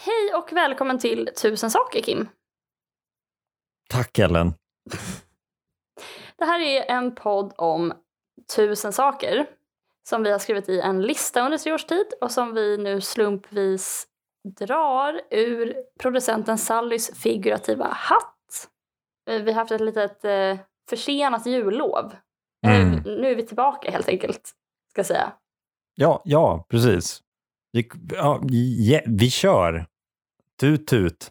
Hej och välkommen till 1000 saker, Kim. Tack, Ellen. Det här är en podd om 1000 saker som vi har skrivit i en lista under 3 års tid och som vi nu slumpvis drar ur producenten Sallys figurativa hatt. Vi har haft ett litet försenat jullov. Nu är vi tillbaka helt enkelt, ska jag säga. Ja, precis. Vi kör. Tut, tut.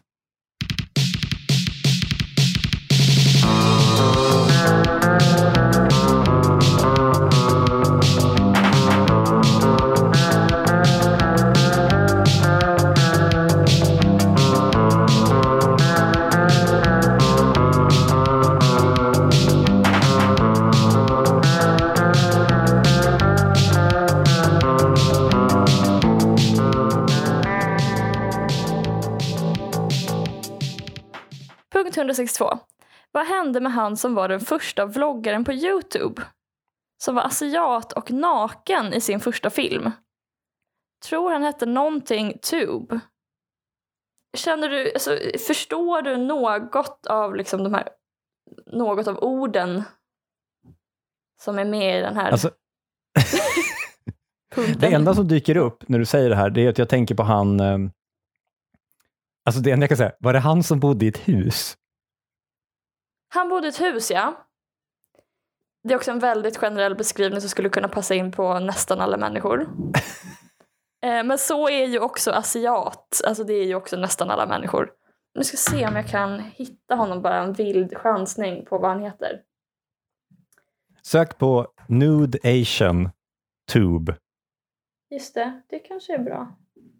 Punkt 162. Vad hände med han som var den första vloggaren på YouTube? Som var asiat och naken i sin första film. Tror han hette någonting Tube. Känner du, alltså, förstår du något av liksom de här, något av orden som är med i den här punkten? Det enda som dyker upp när du säger det här, det är att jag tänker på han. Alltså det enda jag kan säga, var det han som bodde i ett hus? Han bodde i ett hus, ja. Det är också en väldigt generell beskrivning som skulle kunna passa in på nästan alla människor. Men så är ju också asiat. Alltså det är ju också nästan alla människor. Nu ska se om jag kan hitta honom, bara en vild chansning på vad han heter. Sök på Nude Asian Tube. Just det kanske är bra.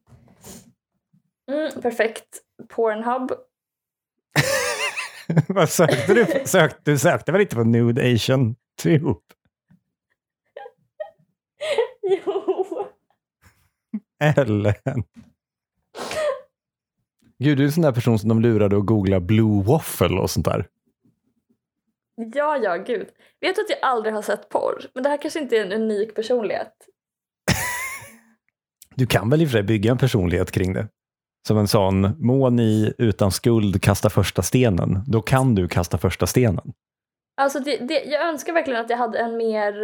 Perfekt. Pornhub. Vad sökte du? Du sökte väl inte på Nude Asian Tube? Jo. Ellen. Gud, du är en sån där person som de lurade att googla Blue Waffle och sånt där. Ja, gud. Vet du att jag aldrig har sett porr? Men det här kanske inte är en unik personlighet. Du kan väl i och för sig bygga en personlighet kring det. Som en sån, må ni utan skuld kasta första stenen. Då kan du kasta första stenen. Alltså jag önskar verkligen att jag hade en mer...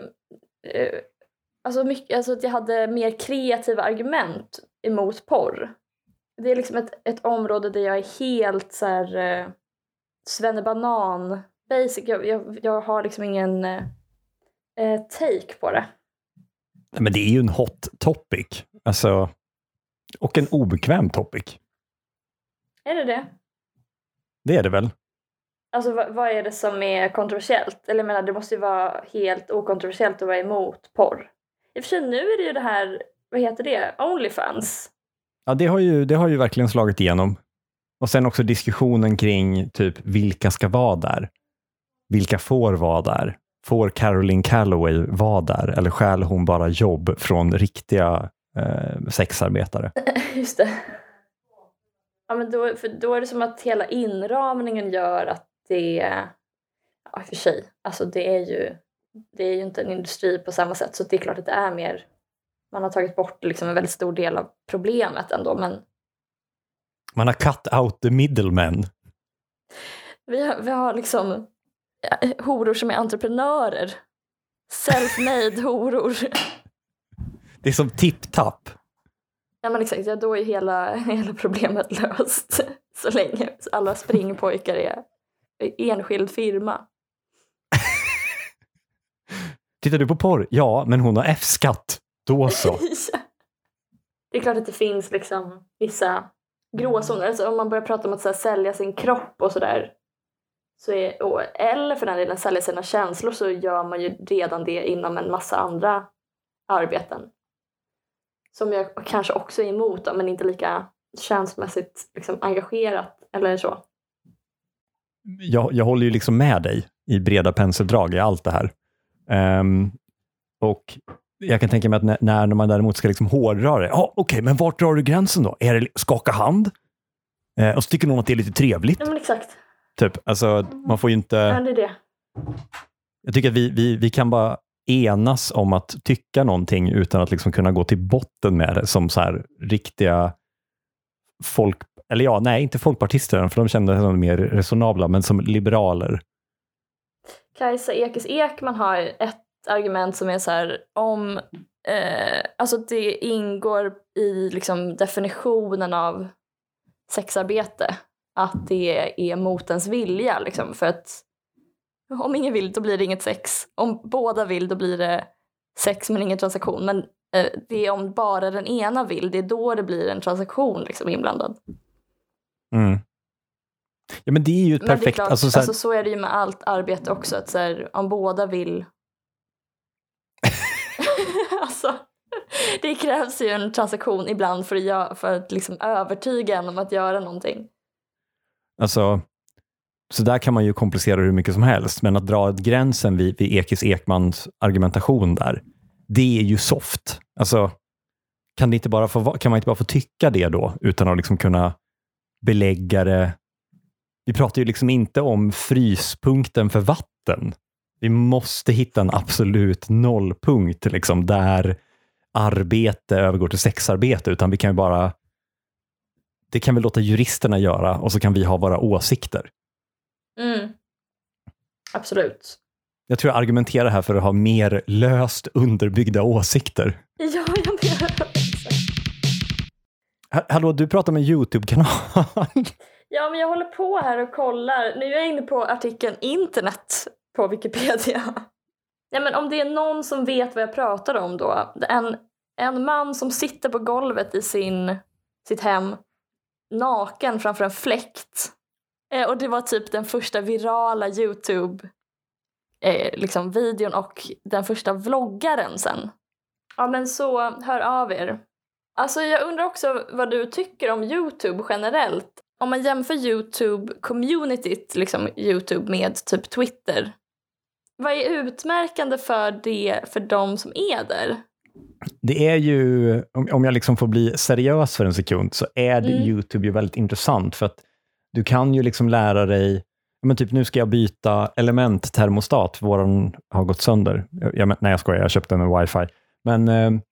Alltså att jag hade mer kreativa argument emot porr. Det är liksom ett område där jag är helt så här... svennebanan basic. Jag har liksom ingen take på det. Men det är ju en hot topic. Alltså... Och en obekväm topic. Är det det? Det är det väl. Alltså vad är det som är kontroversiellt? Eller jag menar, det måste ju vara helt okontroversiellt att vara emot porr. I och för sig nu är det ju det här, vad heter det? OnlyFans. Ja, det har ju verkligen slagit igenom. Och sen också diskussionen kring typ vilka ska vara där. Vilka får vara där? Får Caroline Calloway vara där? Eller stjäl hon bara jobb från riktiga sexarbetare? Just det. Ja, men då är det som att hela inramningen gör att det, ja, i och för sig, alltså det är ju inte en industri på samma sätt, så det är klart att det är mer, man har tagit bort liksom en väldigt stor del av problemet ändå, men man har cut out the middlemen. Vi har liksom horor som är entreprenörer, self-made horor. Det är som tipp-tapp. Ja, men exakt, ja, då är hela problemet löst. Så länge alla springpojkar är enskild firma. Tittar du på porr? Ja, men hon har F-skatt. Då så. Ja. Det är klart att det finns liksom vissa gråzoner. Alltså, om man börjar prata om att så här, sälja sin kropp och sådär. Eller för den delen sälja sina känslor, så gör man ju redan det inom en massa andra arbeten. Som jag kanske också är emot, men inte lika känslomässigt liksom engagerat eller så. Jag håller ju liksom med dig i breda penseldrag i allt det här. Och jag kan tänka mig att när man däremot ska liksom hårdra det. Okej, men vart drar du gränsen då? Är det skaka hand? Och så tycker någon att det är lite trevligt? Ja, men exakt. Typ, alltså man får ju inte... Ja, det är det. Jag tycker att vi kan bara enas om att tycka någonting utan att liksom kunna gå till botten med det som så här riktiga inte folkpartister, för de kände sig mer resonabla, men som liberaler. Kajsa Ekis Ekman har ett argument som är så här, om alltså det ingår i liksom definitionen av sexarbete att det är mot ens vilja liksom, för att om ingen vill då blir det inget sex, om båda vill då blir det sex men ingen transaktion, men det är om bara den ena vill, det är då det blir en transaktion liksom inblandad. Ja, men det är ju ett perfekt... Klart, alltså, så är det ju med allt arbete också, att så här, om båda vill... alltså, det krävs ju en transaktion ibland för att liksom övertyga en om att göra någonting. Alltså, så där kan man ju komplicera hur mycket som helst, men att dra gränsen vid Ekis Ekmans argumentation där, det är ju soft. Alltså, kan man inte bara få tycka det då, utan att liksom kunna belägga det? Vi pratar ju liksom inte om fryspunkten för vatten. Vi måste hitta en absolut nollpunkt liksom, där arbete övergår till sexarbete, utan vi kan ju bara... Det kan vi låta juristerna göra, och så kan vi ha våra åsikter. Absolut. Jag tror jag argumenterar här för att ha mer löst underbyggda åsikter. Ja, jag menar också. Hallå, du pratar med YouTube-kanal. Ja, men jag håller på här och kollar. Nu är jag inne på artikeln internet på Wikipedia. Ja, men om det är någon som vet vad jag pratar om då. En man som sitter på golvet i sitt hem naken framför en fläkt. Och det var typ den första virala YouTube liksom videon och den första vloggaren sen. Ja, men så hör av er. Alltså jag undrar också vad du tycker om YouTube generellt. Om man jämför YouTube-communityt, liksom YouTube med typ Twitter. Vad är utmärkande för de som är där? Det är ju, om jag liksom får bli seriös för en sekund, så är det YouTube ju väldigt intressant, för att du kan ju liksom lära dig, men typ nu ska jag byta elementtermostat, våran har gått sönder. Nej, jag skojar, jag köpte den med wifi. Men,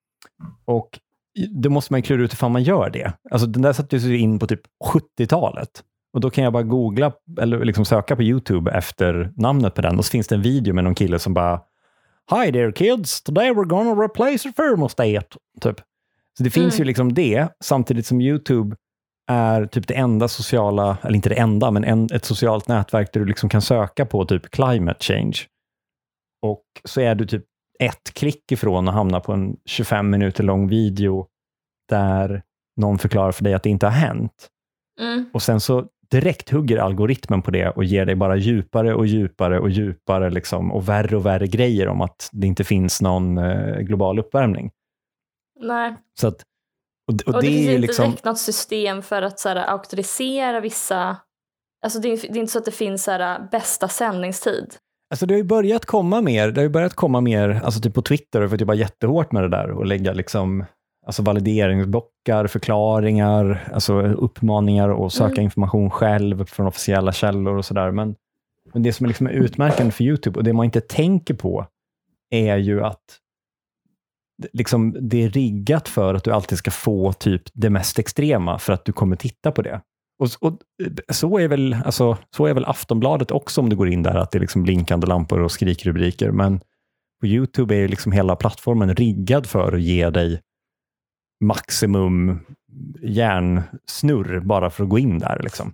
och då måste man ju klura ut hur man gör det. Alltså den där satt ju in på typ 70-talet. Och då kan jag bara googla eller liksom söka på YouTube efter namnet på den. Och så finns det en video med någon kille som bara "Hi there kids, today we're gonna replace your thermostat." Typ. Så det finns ju liksom det, samtidigt som YouTube är typ det enda sociala, eller inte det enda, men ett socialt nätverk där du liksom kan söka på typ climate change. Och så är du typ ett klick ifrån att hamna på en 25 minuter lång video där någon förklarar för dig att det inte har hänt. Och sen så direkt hugger algoritmen på det och ger dig bara djupare och djupare och djupare liksom, och värre grejer om att det inte finns någon global uppvärmning. Nej. Så att, och det finns är inte liksom direkt något system för att så här, auktorisera vissa... Alltså det är inte så att det finns så här, bästa sändningstid. Alltså det har ju börjat komma mer, alltså typ på Twitter har jag fått jobba jättehårt med det där och lägga liksom, alltså valideringsblockar, förklaringar, alltså uppmaningar och söka information själv från officiella källor och sådär. Men det som är liksom utmärkande för YouTube, och det man inte tänker på, är ju att liksom det är riggat för att du alltid ska få typ det mest extrema för att du kommer titta på det. Och så är väl Aftonbladet också, om du går in där, att det är liksom blinkande lampor och skrikrubriker. Men på YouTube är ju liksom hela plattformen riggad för att ge dig maximum hjärnsnurr bara för att gå in där liksom.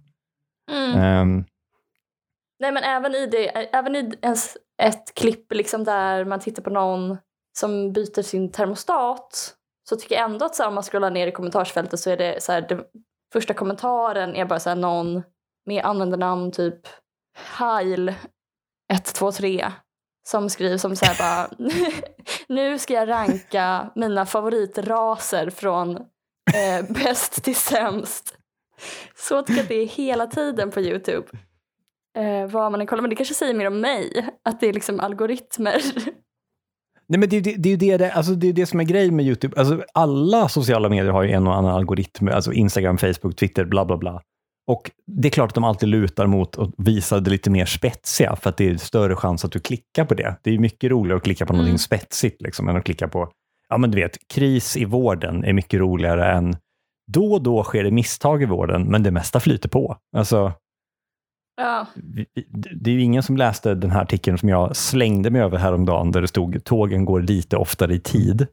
Nej, men även i ett klipp liksom där man tittar på någon som byter sin termostat, så tycker jag ändå att så här, om man scrollar ner i kommentarsfältet så är det så här, första kommentaren är bara så här, någon med användarnamn typ Heil 123 som skriver som så här bara nu ska jag ranka mina favoritraser från bäst till sämst. Så tycker jag att det är hela tiden på YouTube. Vad man än kollar, men det kanske säger mer om mig, att det är liksom algoritmer. Nej, men det är ju det som är grejen med YouTube. Alltså alla sociala medier har ju en och annan algoritm, alltså Instagram, Facebook, Twitter, bla bla bla. Och det är klart att de alltid lutar mot att visa det lite mer spetsiga, för att det är större chans att du klickar på det. Det är mycket roligare att klicka på någonting spetsigt liksom, än att klicka på, ja men du vet, kris i vården är mycket roligare än Då och då sker det misstag i vården, men det mesta flyter på. Alltså, Ja. det är ju ingen som läste den här artikeln som jag slängde mig över häromdagen där det stod tågen går lite oftare i tid.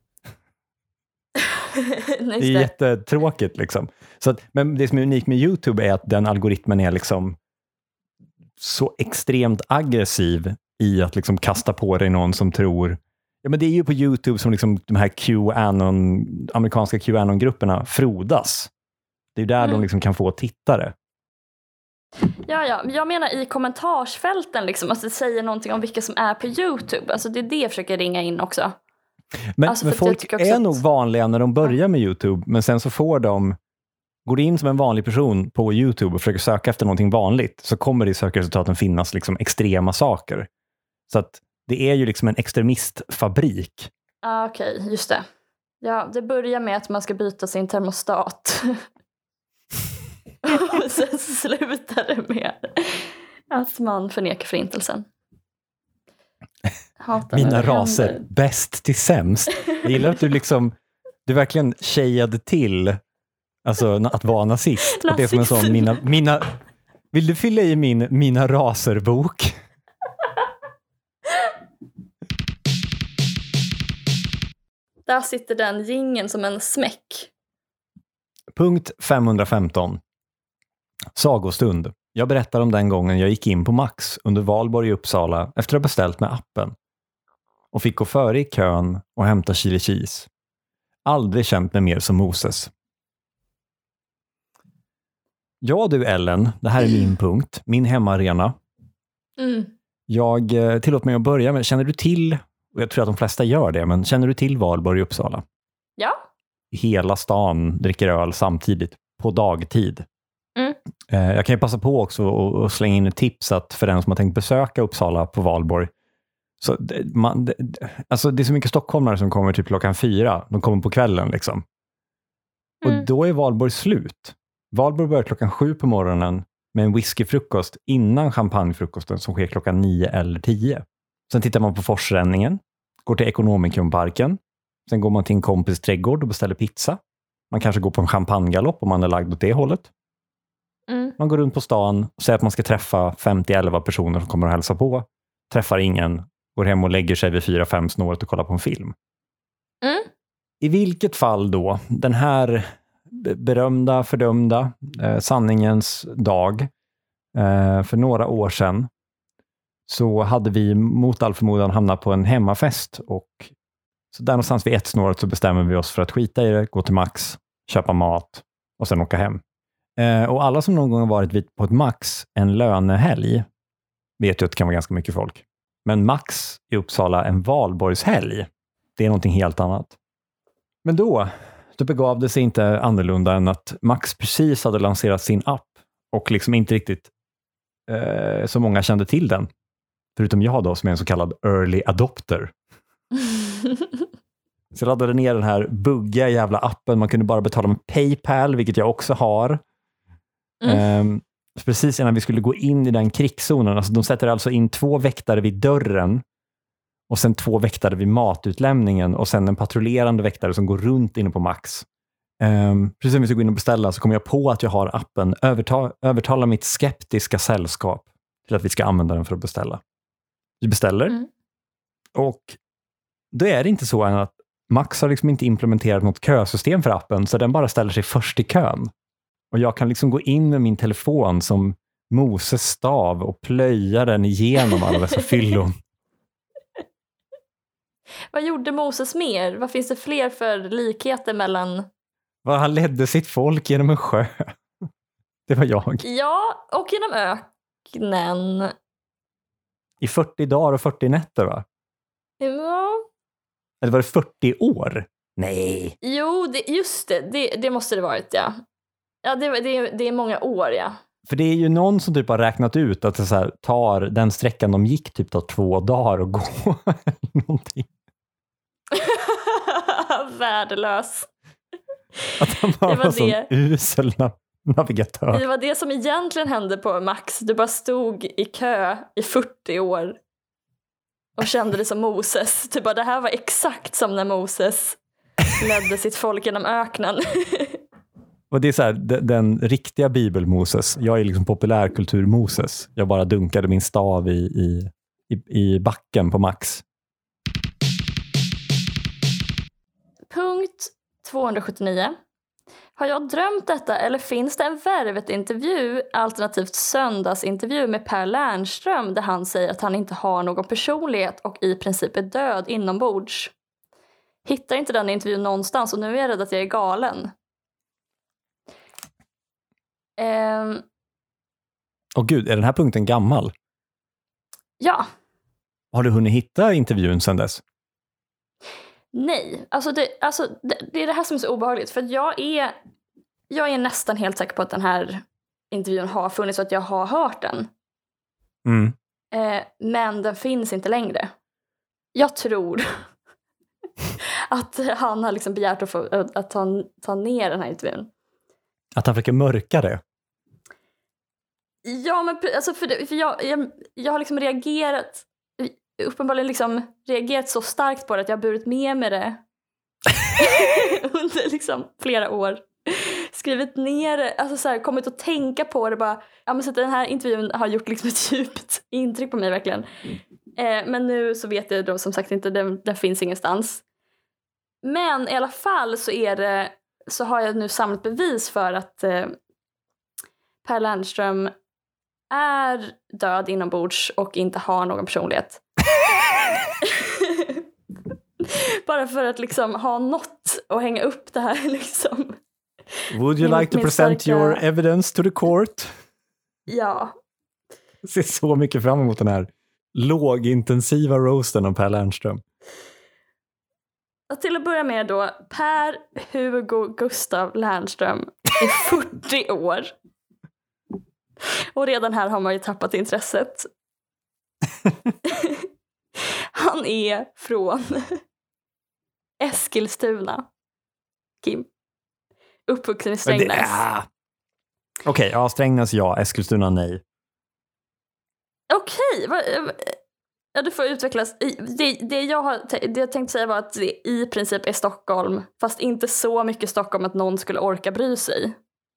Det är jättetråkigt liksom. Så att, men det som är unikt med YouTube är att den algoritmen är liksom så extremt aggressiv i att liksom kasta på dig någon som tror. Ja, men det är ju på YouTube som liksom de här amerikanska QAnon-grupperna frodas. Det är där de liksom kan få tittare. Ja, jag menar i kommentarsfälten liksom, alltså det säger någonting om vilka som är på YouTube. Alltså det är det jag försöker ringa in också. Men, alltså, men folk är nog vanliga när de börjar med YouTube, men sen så går det in som en vanlig person på YouTube och försöker söka efter någonting vanligt, så kommer det i sökresultaten finnas liksom extrema saker. Så att det är ju liksom en extremistfabrik. Okej, just det. Ja, det börjar med att man ska byta sin termostat. Och sen slutar det med att man förnekar förintelsen. Mina raser, bäst till sämst. Jag gillar att du verkligen tjejade till alltså att vara nazist. Det är som en sån vill du fylla i mina raser-bok? Där sitter den jingeln som en smäck. Punkt 515. Sagostund. Jag berättar om den gången jag gick in på Max under Valborg i Uppsala efter att ha beställt med appen. Och fick gå före i kön och hämta chili cheese. Aldrig känt mig mer som Moses. Ja du Ellen, det här är min punkt. Min hemmaarena. Jag tillåter mig att börja med, känner du till, och jag tror att de flesta gör det, men känner du till Valborg i Uppsala? Ja. Hela stan dricker öl samtidigt på dagtid. Jag kan ju passa på också och slänga in ett tips att för den som har tänkt besöka Uppsala på Valborg, så alltså det är så mycket stockholmare som kommer typ klockan 4, de kommer på kvällen liksom. Och då är Valborg slut. Valborg börjar klockan 7 på morgonen med en whiskyfrukost innan champagnefrukosten som sker klockan 9 eller 10. Sen tittar man på forsränningen, går till Ekonomikumparken, sen går man till en kompis trädgård och beställer pizza. Man kanske går på en champagnegalopp om man är lagd åt det hållet. Man går runt på stan och säger att man ska träffa 50-11 personer som kommer att hälsa på. Träffar ingen, går hem och lägger sig vid 4-5 snåret och kollar på en film. I vilket fall då, den här berömda, fördömda sanningens dag för några år sedan, så hade vi mot all förmodan hamnat på en hemmafest, och så där någonstans vid 1 snåret så bestämmer vi oss för att skita i det, gå till Max, köpa mat och sen åka hem. Och alla som någon gång har varit på ett Max en lönehelg vet ju att det kan vara ganska mycket folk. Men Max i Uppsala en valborgshelg, det är någonting helt annat. Men då begav det sig inte annorlunda än att Max precis hade lanserat sin app och liksom inte riktigt så många kände till den. Förutom jag då som är en så kallad early adopter. Så jag laddade ner den här buggiga jävla appen. Man kunde bara betala med PayPal, vilket jag också har. Precis innan vi skulle gå in i den krigszonen. Alltså de sätter alltså in 2 väktare vid dörren. Och sen 2 väktare vid matutlämningen. Och sen en patrullerande väktare som går runt inne på Max. Precis när vi ska gå in och beställa så kommer jag på att jag har appen. Övertala mitt skeptiska sällskap till att vi ska använda den för att beställa. Vi beställer. Och då är det inte så än att Max har liksom inte implementerat något kösystem för appen, så den bara ställer sig först i kön. Och jag kan liksom gå in med min telefon som Moses stav och plöja den igenom alla dessa fyllon. Vad gjorde Moses mer? Vad finns det fler för likheter mellan... Han ledde sitt folk genom en sjö. Det var jag. Ja, och genom öknen. I 40 dagar och 40 nätter, va? Ja. Eller var det 40 år? Nej. Jo, just det. Det måste det varit, ja. Ja, det är många år, ja. För det är ju någon som typ har räknat ut att det så här, tar den sträckan de gick typ 2 dagar och gå. Någonting. Värdelös. Att han bara var sån usel navigatör. Det var det som egentligen hände på Max. Du bara stod i kö i 40 år och kände det som Moses. Du bara, det här var exakt som när Moses ledde sitt folk genom öknen. Och det är så här, den riktiga bibel-Moses. Jag är liksom populärkultur-Moses. Jag bara dunkade min stav i backen på Max. Punkt 279. Har jag drömt detta eller finns det en Värvet-intervju, alternativt söndagsintervju med Per Lernström där han säger att han inte har någon personlighet och i princip är död inombords? Hittar inte den intervjun någonstans och nu är jag rädd att jag är galen. Gud, är den här punkten gammal? Ja. Har du hunnit hitta intervjun sedan dess? Nej, det är det här som är så obehagligt. För att jag är nästan helt säker på att den här intervjun har funnits och att jag har hört den. Mm. Men den finns inte längre. Jag tror att han har liksom begärt att ta ner den här intervjun. Att han försöker mörka det? Ja, men alltså för jag har liksom uppenbarligen reagerat så starkt på det att jag har burit med mig det under liksom flera år. Skrivit ner det, alltså så här, kommit att tänka på det bara. Ja, men så att den här intervjun har gjort liksom ett djupt intryck på mig verkligen. Men nu så vet jag då som sagt inte, den finns ingenstans. Men i alla fall så har jag nu samlat bevis för att Per Lernström är död inombords och inte har någon personlighet. Bara för att liksom ha något att hänga upp det här liksom. Would you like to present your evidence to the court? Ja. Jag ser så mycket fram emot den här lågintensiva roasten av Per Lernström. Och till att börja med då, Per Hugo Gustav Lernström är 40 år. Och redan här har man ju tappat intresset. Han är från Eskilstuna. Kim. Uppvuxen i Strängnäs. Okej, ja, Strängnäs ja, Eskilstuna nej. Okej, ja, du får utvecklas. Det jag tänkte säga var att det i princip är Stockholm, fast inte så mycket Stockholm att någon skulle orka bry sig.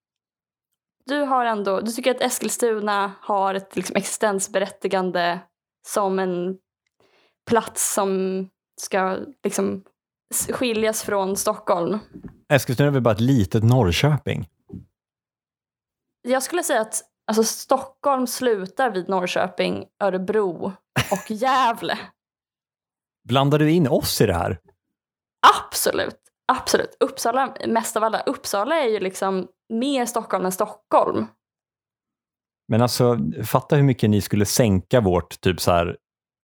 Du tycker att Eskilstuna har ett liksom existensberättigande som en plats som ska liksom skiljas från Stockholm. Eskilstuna är väl bara ett litet Norrköping? Jag skulle säga att alltså, Stockholm slutar vid Norrköping, Örebro och Gävle. Blandar du in oss i det här? Absolut. Uppsala, mest av alla. Uppsala är ju liksom mer Stockholm än Stockholm. Men alltså, fatta hur mycket ni skulle sänka vårt typ så här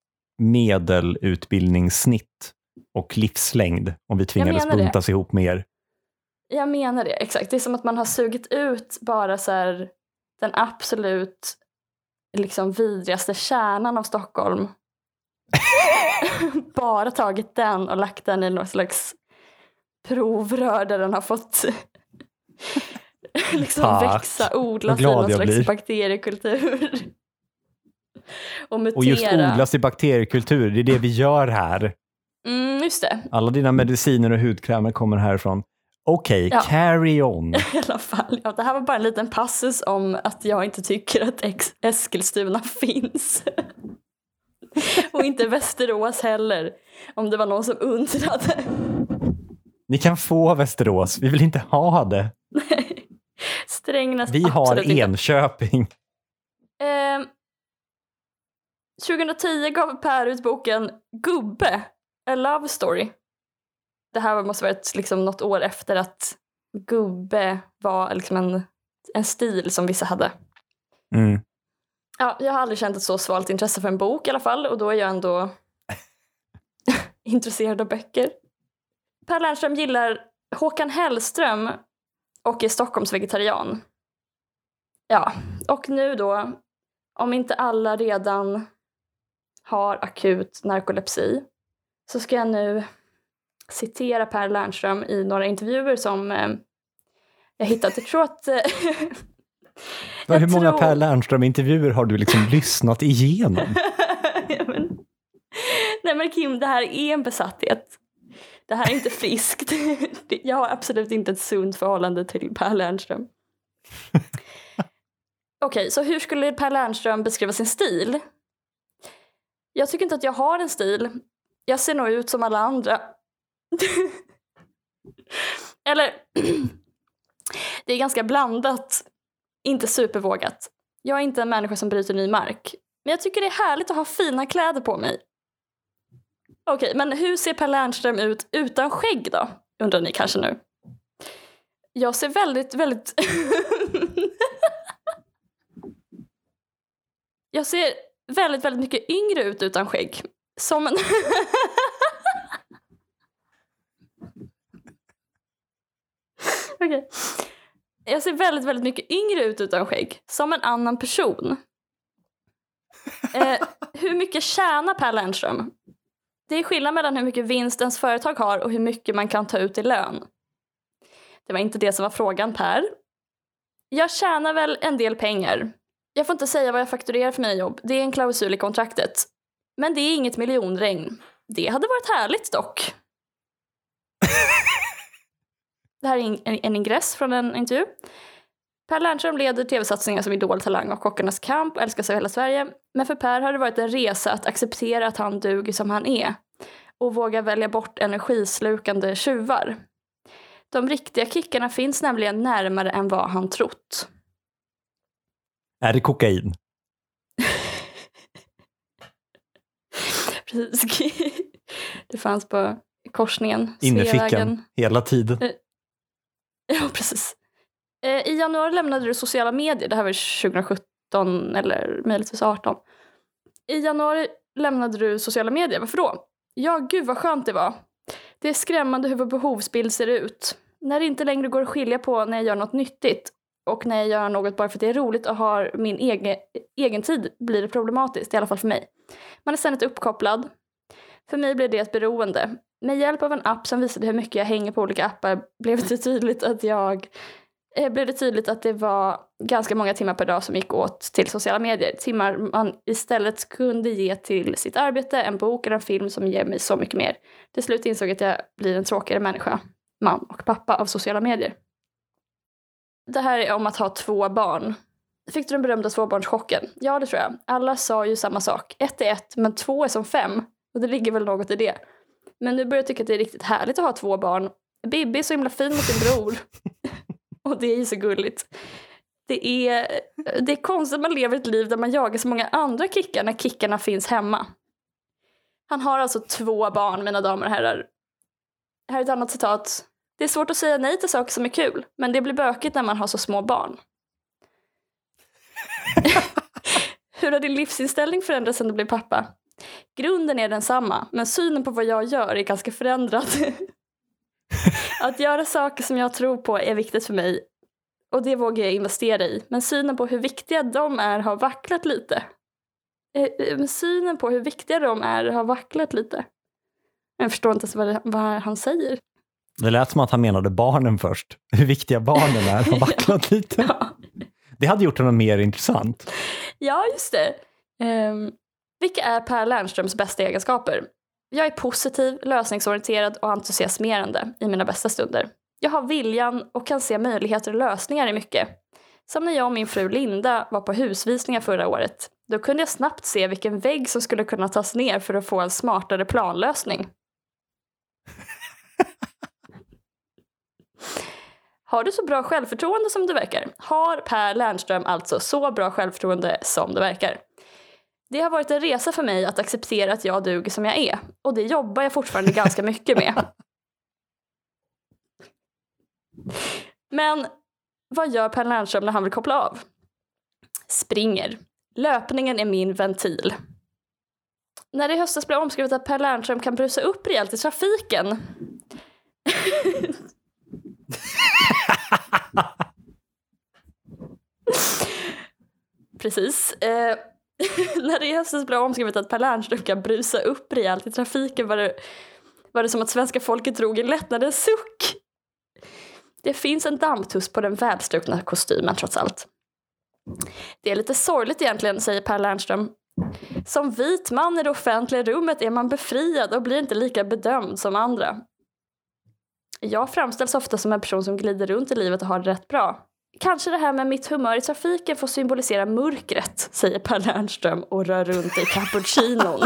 medelutbildningssnitt och livslängd om vi tvingades buntas ihop med er. Jag menar det, exakt. Det är som att man har sugit ut bara så här den absolut liksom vidrigaste kärnan av Stockholm. Bara tagit den och lagt den i någon slags provrör där den har fått liksom växa, odlas i någon slags bakteriekultur. Och mutera. Och just odlas i bakteriekultur, det är det vi gör här. Just det. Alla dina mediciner och hudkrämer kommer härifrån. Okej, carry on. I alla fall, det här var bara en liten passus om att jag inte tycker att Eskilstuna finns. Och inte Västerås heller, om det var någon som undrade. Ni kan få Västerås, vi vill inte ha det. Nej, Strängnäs. Vi har Enköping. 2010 gav Per ut boken Gubbe, A Love Story. Det här måste varit liksom något år efter att gubbe var liksom en stil som vissa hade. Mm. Ja, jag har aldrig känt ett så svalt intresse för en bok i alla fall. Och då är jag ändå intresserad av böcker. Per Lernström gillar Håkan Hellström och är Stockholms vegetarian. Ja, och nu då, om inte alla redan har akut narkolepsi, så ska jag nu citera Per Lernström i några intervjuer som jag hittat. Jag tror att... Hur många Per Lernström-intervjuer har du liksom lyssnat igenom? Nej men Kim, det här är en besatthet. Det här är inte friskt. Jag har absolut inte ett sunt förhållande till Per Lernström. Okej, så hur skulle Per Lernström beskriva sin stil? Jag tycker inte att jag har en stil. Jag ser nog ut som alla andra. Eller, det är ganska blandat. Inte supervågat. Jag är inte en människa som bryter ny mark. Men jag tycker det är härligt att ha fina kläder på mig. Okej, men hur ser Per Lernström ut utan skägg då? Undrar ni kanske nu. Jag ser väldigt... Jag ser väldigt mycket yngre ut utan skägg. Som en... Okej. Jag ser väldigt mycket yngre ut utan skägg. Som en annan person. Hur mycket tjänar Per Lernström? Det är skillnad mellan hur mycket vinst ens företag har och hur mycket man kan ta ut i lön. Det var inte det som var frågan, Per. Jag tjänar väl en del pengar. Jag får inte säga vad jag fakturerar för mina jobb. Det är en klausul i kontraktet. Men det är inget miljonregn. Det hade varit härligt dock. Det här är en ingress från en intervju. Per Lernström leder tv-satsningar som Idol, Talang och Kockarnas kamp och älskas av hela Sverige. Men för Per har det varit en resa att acceptera att han duger som han är. Och våga välja bort energislukande tjuvar. De riktiga kickarna finns nämligen närmare än vad han trott. Är det kokain? Precis. Det fanns på korsningen. Innefickan hela tiden. Ja, precis. I januari lämnade du sociala medier. Det här var 2017 eller möjligtvis 18. I januari lämnade du sociala medier. Varför då? Ja, gud vad skönt det var. Det är skrämmande hur vår behovsbild ser ut. När det inte längre går att skilja på när jag gör något nyttigt och när jag gör något bara för att det är roligt och har min egen tid blir det problematiskt, i alla fall för mig. Man är ständigt uppkopplad. För mig blir det ett beroende. Med hjälp av en app som visade hur mycket jag hänger på olika appar blev det tydligt att det var ganska många timmar per dag som gick åt till sociala medier. Timmar man istället kunde ge till sitt arbete, en bok eller en film som ger mig så mycket mer. Till slut insåg jag att jag blir en tråkigare människa, man och pappa av sociala medier. Det här är om att ha 2 barn. Fick du den berömda tvåbarnschocken? Ja, det tror jag. Alla sa ju samma sak. 1 är 1, men 2 är som 5. Och det ligger väl något i det. Men nu börjar jag tycka att det är riktigt härligt att ha 2 barn. Bibi är så himla fin mot sin bror. Och det är ju så gulligt. Det är konstigt att man lever ett liv där man jagar så många andra kickar när kickarna finns hemma. Han har alltså 2 barn, mina damer och herrar. Här är ett annat citat. Det är svårt att säga nej till saker som är kul, men det blir bökigt när man har så små barn. Hur har din livsinställning förändrats sedan du blev pappa? Grunden är densamma, men synen på vad jag gör är ganska förändrad. Att göra saker som jag tror på är viktigt för mig. Och det vågar jag investera i. Men synen på hur viktiga de är har vacklat lite. Jag förstår inte vad han säger. Det lät som att han menade barnen först. Hur viktiga barnen är har vacklat lite. Ja. Det hade gjort honom mer intressant. Ja, just det. Vilka är Per Lernströms bästa egenskaper? Jag är positiv, lösningsorienterad och entusiasmerande i mina bästa stunder. Jag har viljan och kan se möjligheter och lösningar i mycket. Som när jag och min fru Linda var på husvisningar förra året. Då kunde jag snabbt se vilken vägg som skulle kunna tas ner för att få en smartare planlösning. Har du så bra självförtroende som du verkar? Har Per Lernström alltså så bra självförtroende som det verkar? Det har varit en resa för mig att acceptera att jag duger som jag är. Och det jobbar jag fortfarande ganska mycket med. Men vad gör Per Lernström när han vill koppla av? Springer. Löpningen är min ventil. När det i höstas blev omskrivet att Per Lernström kan brusa upp rejält i trafiken. Precis. När det i höstas blev omskrivet att Per Lernström kan brusa upp rejält i trafiken var det som att svenska folket drog en lättnadens suck. Det finns en dammtuss på den välstrukna kostymen trots allt. Det är lite sorgligt egentligen, säger Per Lernström. Som vit man i det offentliga rummet är man befriad och blir inte lika bedömd som andra. Jag framställs ofta som en person som glider runt i livet och har det rätt bra. Kanske det här med mitt humör i trafiken får symbolisera mörkret, säger Per Lernström och rör runt i cappuccinon.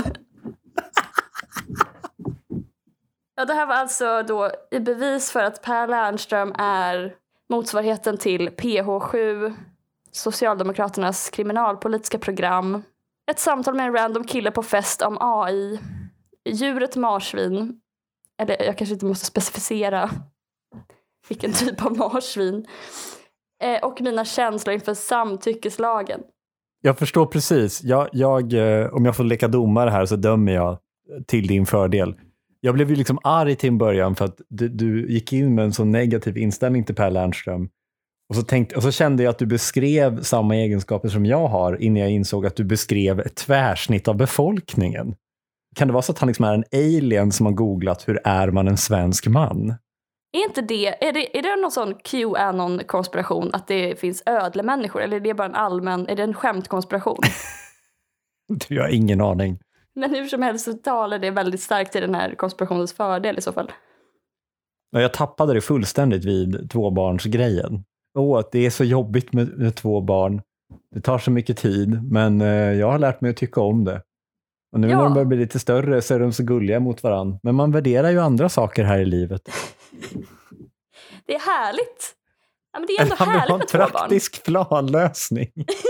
Ja, det här var alltså då i bevis för att Per Lernström är motsvarigheten till PH7, Socialdemokraternas kriminalpolitiska program. Ett samtal med en random kille på fest om AI. Djuret marsvin. Eller jag kanske inte måste specificera vilken typ av marsvin. Och mina känslor inför samtyckeslagen. Jag förstår precis. Om jag får leka domare här så dömer jag till din fördel. Jag blev ju liksom arg till en början för att du gick in med en så negativ inställning till Per Lernström. Och så kände jag att du beskrev samma egenskaper som jag har innan jag insåg att du beskrev ett tvärsnitt av befolkningen. Kan det vara så att han liksom är en alien som har googlat hur är man en svensk man? Är inte det, är det någon sån QAnon-konspiration att det finns ödlemänniskor? Eller är det bara är det en skämtkonspiration? Jag har ingen aning. Men hur som helst så talar det väldigt starkt till den här konspirationens fördel i så fall. Jag tappade det fullständigt vid tvåbarnsgrejen. Det är så jobbigt med 2 barn. Det tar så mycket tid, men jag har lärt mig att tycka om det. Och nu när de börjar bli lite större så är de så gulliga mot varann. Men man värderar ju andra saker här i livet. Det är härligt. Ja, men det är ändå härligt med 2 barn. En praktisk planlösning.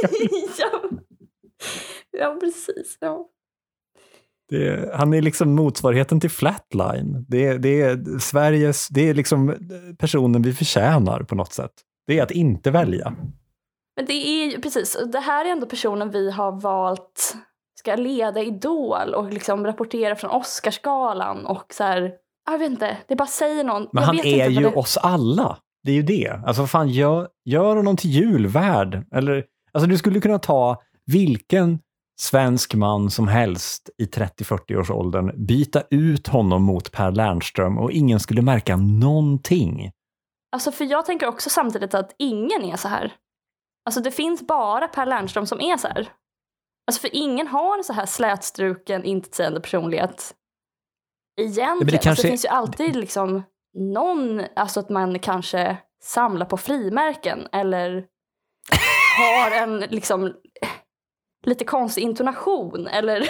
ja, precis. Ja. Han är liksom motsvarigheten till Flatline. Det är liksom personen vi förtjänar på något sätt. Det är att inte välja. Men det är ju precis, det här är ändå personen vi har valt ska leda Idol och liksom rapportera från Oscarsgalan och så här, jag vet inte, det bara säger någon. Men han är ju oss alla. Det är ju det. Alltså fan, gör honom till julvärd. Eller, alltså du skulle kunna ta vilken svensk man som helst i 30-40-årsåldern, byta ut honom mot Per Lernström och ingen skulle märka någonting. Alltså för jag tänker också samtidigt att ingen är så här. Alltså det finns bara Per Lernström som är så här. Alltså för ingen har en så här slätstruken, intetsägande personlighet. Egentligen. Det finns ju alltid liksom någon, alltså att man kanske samlar på frimärken eller har en liksom lite konstig intonation eller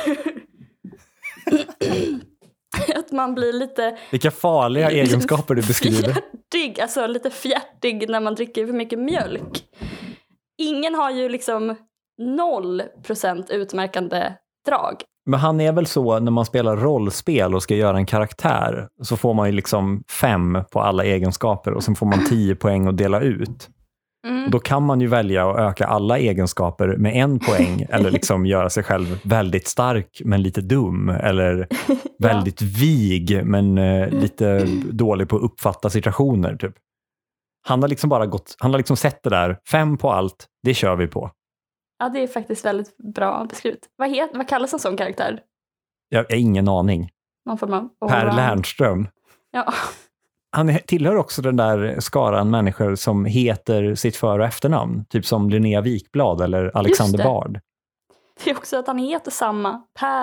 att man blir lite... Vilka farliga egenskaper du beskriver. Fjärtig, alltså lite fjärtig när man dricker för mycket mjölk. Ingen har ju liksom 0% utmärkande drag. Men han är väl så när man spelar rollspel och ska göra en karaktär så får man ju liksom 5 på alla egenskaper och sen får man 10 poäng att dela ut. Och då kan man ju välja att öka alla egenskaper med 1 poäng eller liksom göra sig själv väldigt stark men lite dum eller väldigt vig men lite dålig på att uppfatta situationer typ. Han har liksom han har liksom sett det där, 5 på allt, det kör vi på. Ja, det är faktiskt väldigt bra beskrivet. Vad kallas en sån karaktär? Jag har ingen aning. Någon form av Per Lernström. Ja. Han tillhör också den där skaran människor som heter sitt för- och efternamn. Typ som Linnea Wikblad eller Alexander Bard. Det är också att han heter samma.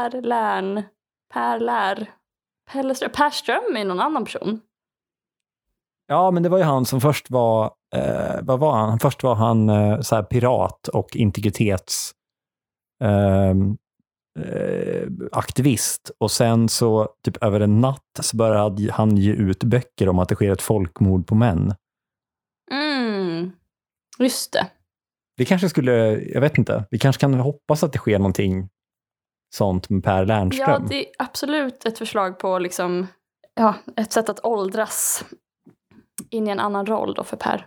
Per Ström är någon annan person. Ja, men det var ju han som först var... vad var han? Först var han så här pirat och integritets... aktivist och sen så typ över en natt så började han ge ut böcker om att det sker ett folkmord på män. Just det. Vi kanske skulle, jag vet inte, vi kanske kan hoppas att det sker någonting sånt med Per Lernström. Ja, det är absolut ett förslag på liksom, ett sätt att åldras in i en annan roll då för Per.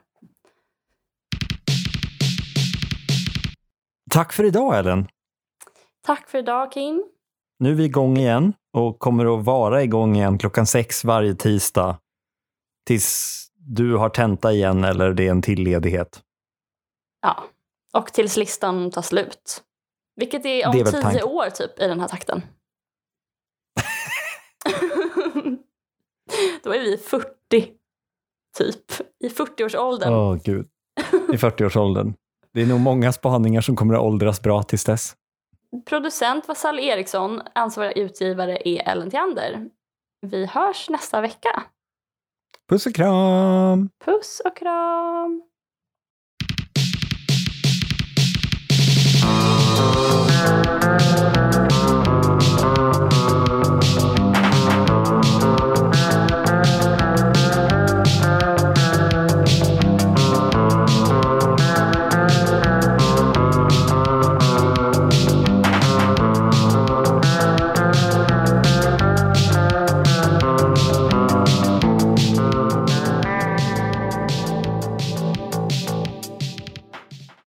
Tack för idag, Ellen. Tack för idag, Kim. Nu är vi igång igen och kommer att vara igång igen 6 varje tisdag tills du har tenta igen eller det är en till ledighet. Ja, och tills listan tar slut. Vilket är om 10 år typ i den här takten. Då är vi 40 typ. I 40-årsåldern. Åh gud, i 40-årsåldern. Det är nog många spaningar som kommer att åldras bra tills dess. Producent var Sally Eriksson, ansvarig utgivare är Ellen Theander. Vi hörs nästa vecka. Puss och kram! Puss och kram!